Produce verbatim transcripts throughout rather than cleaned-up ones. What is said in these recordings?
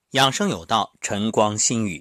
养生有道，晨光心语。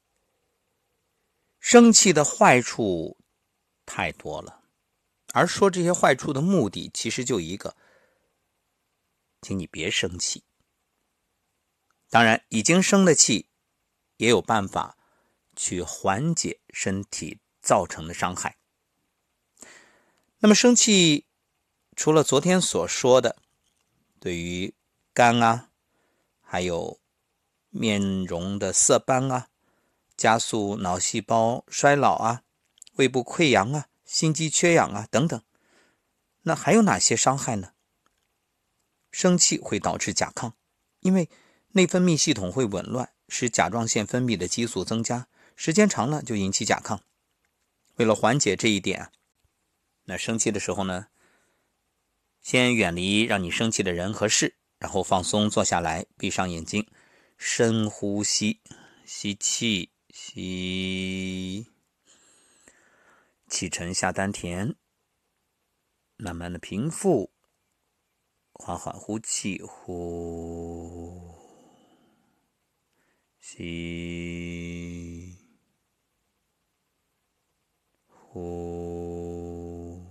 生气的坏处太多了，而说这些坏处的目的其实就一个，请你别生气。当然，已经生了气，也有办法去缓解身体造成的伤害。那么生气，除了昨天所说的，对于肝啊，还有面容的色斑啊，加速脑细胞衰老啊，胃部溃疡啊，心肌缺氧啊等等，那还有哪些伤害呢？生气会导致甲亢，因为内分泌系统会紊乱，使甲状腺分泌的激素增加，时间长了就引起甲亢。为了缓解这一点，那生气的时候呢，先远离让你生气的人和事，然后放松坐下来，闭上眼睛，深呼吸，吸气，吸气沉下丹田，慢慢的平复，缓缓呼气，呼，吸，呼，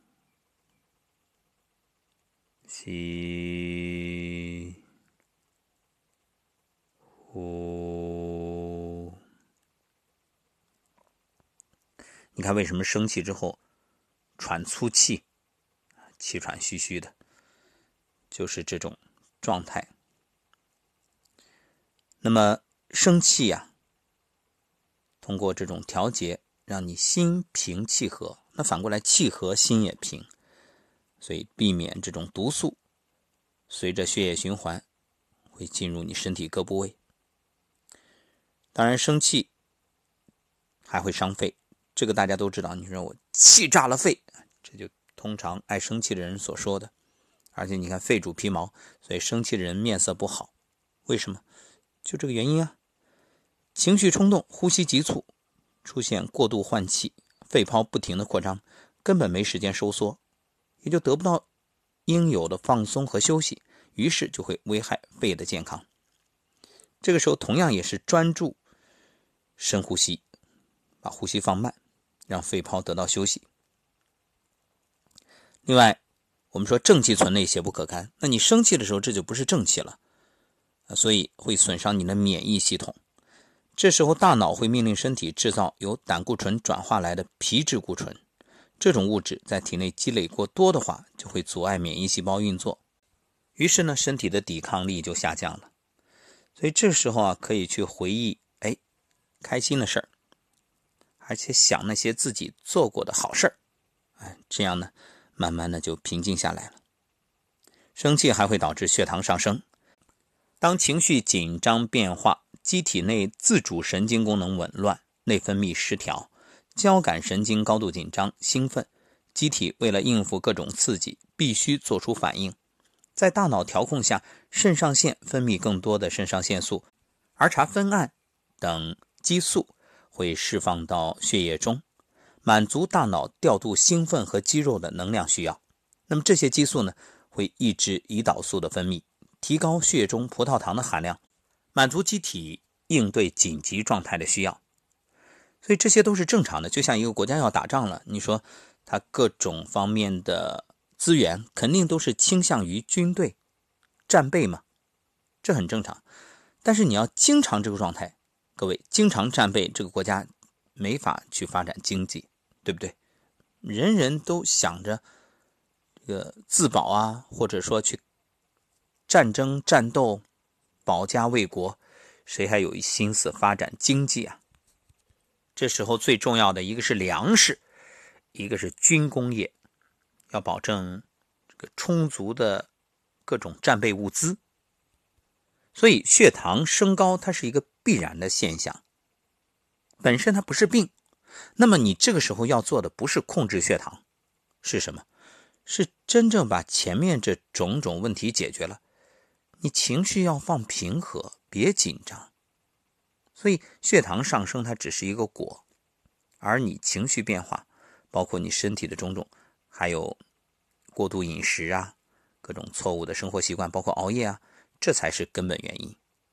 吸，呼。你看为什么生气之后喘粗气，气喘吁吁的，就是这种状态。那么生气呀、啊，通过这种调节让你心平气和，那反过来气和心也平，所以避免这种毒素随着血液循环会进入你身体各部位。当然生气还会伤肺，这个大家都知道，你说我气炸了肺，这就通常爱生气的人所说的。而且你看肺主皮毛，所以生气的人面色不好。为什么？就这个原因啊。情绪冲动，呼吸急促，出现过度换气，肺泡不停的扩张，根本没时间收缩，也就得不到应有的放松和休息，于是就会危害肺的健康。这个时候同样也是专注深呼吸，把呼吸放慢，让肺泡得到休息。另外我们说正气存内，邪不可干，那你生气的时候这就不是正气了，所以会损伤你的免疫系统。这时候大脑会命令身体制造由胆固醇转化来的皮质固醇，这种物质在体内积累过多的话，就会阻碍免疫细胞运作，于是呢，身体的抵抗力就下降了。所以这时候啊，可以去回忆哎，开心的事儿，而且想那些自己做过的好事儿，哎，这样呢，慢慢的就平静下来了。生气还会导致血糖上升，当情绪紧张变化，机体内自主神经功能紊乱，内分泌失调，交感神经高度紧张兴奋，机体为了应付各种刺激，必须做出反应。在大脑调控下，肾上腺分泌更多的肾上腺素，儿茶酚胺等激素会释放到血液中，满足大脑调度兴奋和肌肉的能量需要。那么这些激素呢，会抑制胰岛素的分泌，提高血中葡萄糖的含量，满足机体应对紧急状态的需要。所以这些都是正常的，就像一个国家要打仗了，你说它各种方面的资源肯定都是倾向于军队战备嘛，这很正常。但是你要经常这个状态，各位经常战备，这个国家没法去发展经济，对不对？人人都想着这个自保啊，或者说去战争战斗保家卫国，谁还有心思发展经济啊？这时候最重要的一个是粮食，一个是军工业，要保证这个充足的各种战备物资。所以血糖升高它是一个必然的现象，本身它不是病。那么你这个时候要做的不是控制血糖，是什么？是真正把前面这种种问题解决了。你情绪要放平和，别紧张。所以血糖上升它只是一个果，而你情绪变化，包括你身体的种种，还有过度饮食啊，各种错误的生活习惯，包括熬夜啊，这才是根本原因。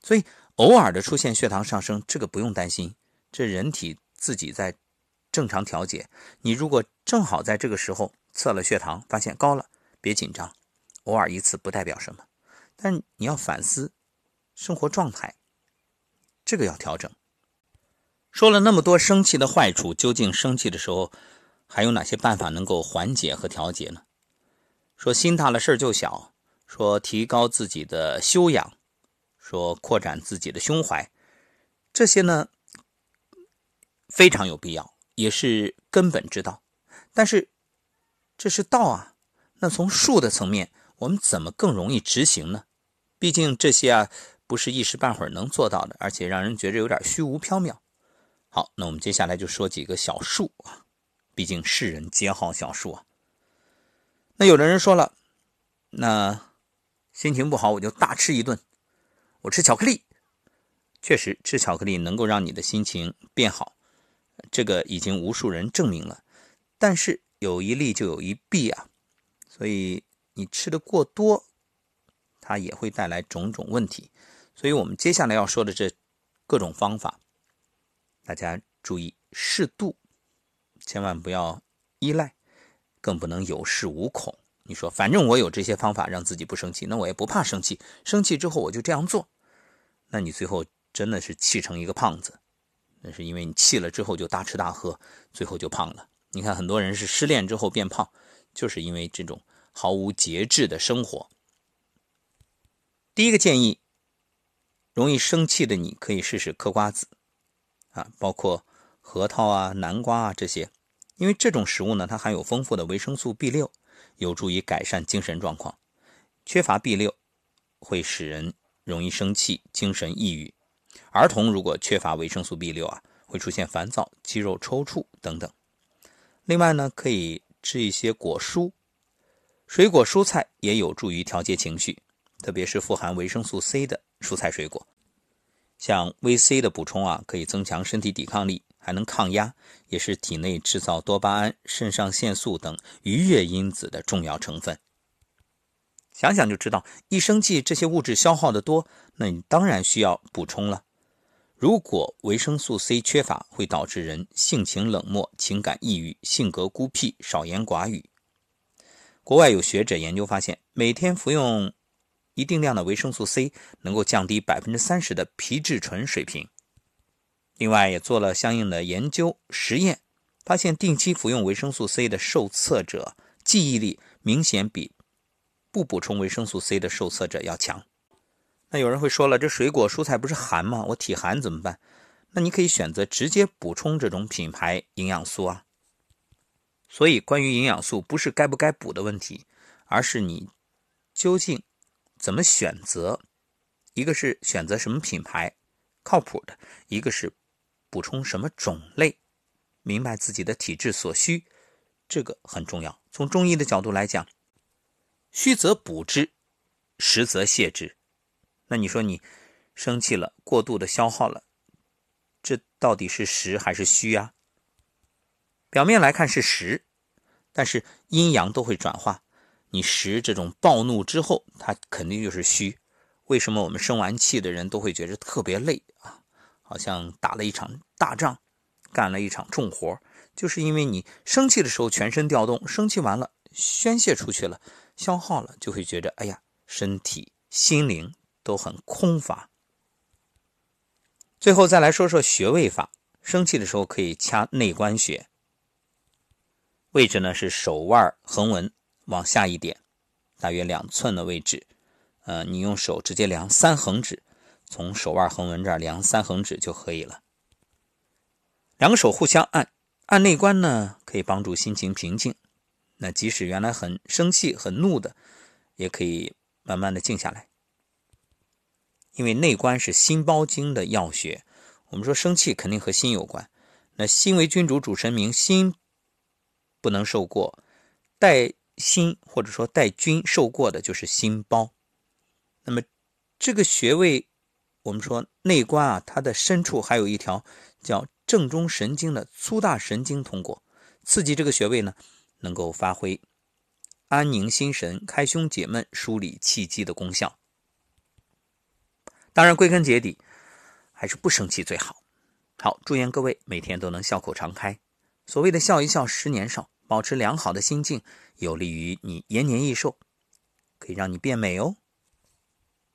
所以偶尔的出现血糖上升，这个不用担心，这人体自己在正常调节。你如果正好在这个时候测了血糖，发现高了，别紧张，偶尔一次不代表什么。但你要反思生活状态，这个要调整。说了那么多生气的坏处，究竟生气的时候还有哪些办法能够缓解和调节呢？说心大了事儿就小，说提高自己的修养，说扩展自己的胸怀，这些呢非常有必要，也是根本之道。但是这是道啊，那从术的层面，我们怎么更容易执行呢？毕竟这些啊不是一时半会儿能做到的，而且让人觉得有点虚无缥缈。好，那我们接下来就说几个小术啊，毕竟世人皆好小术啊。那有的人说了，那心情不好我就大吃一顿，我吃巧克力。确实吃巧克力能够让你的心情变好，这个已经无数人证明了。但是有一利就有一弊啊，所以你吃的过多，它也会带来种种问题。所以我们接下来要说的这各种方法，大家注意适度，千万不要依赖，更不能有恃无恐。你说反正我有这些方法让自己不生气，那我也不怕生气，生气之后我就这样做，那你最后真的是气成一个胖子。那是因为你气了之后就大吃大喝，最后就胖了。你看很多人是失恋之后变胖，就是因为这种毫无节制的生活。第一个建议，容易生气的你可以试试嗑瓜子啊，包括核桃啊、南瓜啊这些，因为这种食物呢，它含有丰富的维生素 B 六， 有助于改善精神状况。缺乏 B 六 会使人容易生气、精神抑郁。儿童如果缺乏维生素 B 六 啊，会出现烦躁、肌肉抽搐等等。另外呢，可以吃一些果蔬，水果蔬菜也有助于调节情绪，特别是富含维生素 C 的蔬菜水果。像 维 C 的补充啊，可以增强身体抵抗力，还能抗压，也是体内制造多巴胺、肾上腺素等愉悦因子的重要成分。想想就知道，一生气这些物质消耗的多，那你当然需要补充了。如果维生素 C 缺乏，会导致人性情冷漠、情感抑郁、性格孤僻、少言寡语。国外有学者研究发现，每天服用一定量的维生素 C 能够降低 百分之三十 的皮质醇水平。另外也做了相应的研究实验，发现定期服用维生素 C 的受测者记忆力明显比不补充维生素 C 的受测者要强。那有人会说了，这水果蔬菜不是寒吗？我体寒怎么办？那你可以选择直接补充这种品牌营养素啊。所以关于营养素不是该不该补的问题，而是你究竟怎么选择。一个是选择什么品牌靠谱的，一个是补充什么种类，明白自己的体质所需，这个很重要。从中医的角度来讲，虚则补之，实则泻之。那你说你生气了，过度的消耗了，这到底是实还是虚啊？表面来看是实，但是阴阳都会转化，你实这种暴怒之后，它肯定就是虚。为什么我们生完气的人都会觉得特别累啊？好像打了一场大仗，干了一场重活，就是因为你生气的时候全身调动，生气完了宣泄出去了，消耗了，就会觉得哎呀，身体心灵都很空乏。最后再来说说穴位法，生气的时候可以掐内关穴，位置呢是手腕横纹往下一点，大约两寸的位置。呃，你用手直接量三横指，从手腕横纹这儿量三横指就可以了。两个手互相按，按内关呢，可以帮助心情平静。那即使原来很生气、很怒的，也可以慢慢的静下来。因为内关是心包经的要穴，我们说生气肯定和心有关。那心为君主，主神明，心不能受过，带心或者说带君受过的就是心包。那么这个穴位，我们说内关啊，它的深处还有一条叫正中神经的粗大神经通过，刺激这个穴位呢，能够发挥安宁心神、开胸解闷、梳理气机的功效。 当然归根结底还是不生气最好。好，祝愿各位每天都能笑口常开。所谓的笑一笑十年少，保持良好的心境，有利于你延年益寿，可以让你变美哦。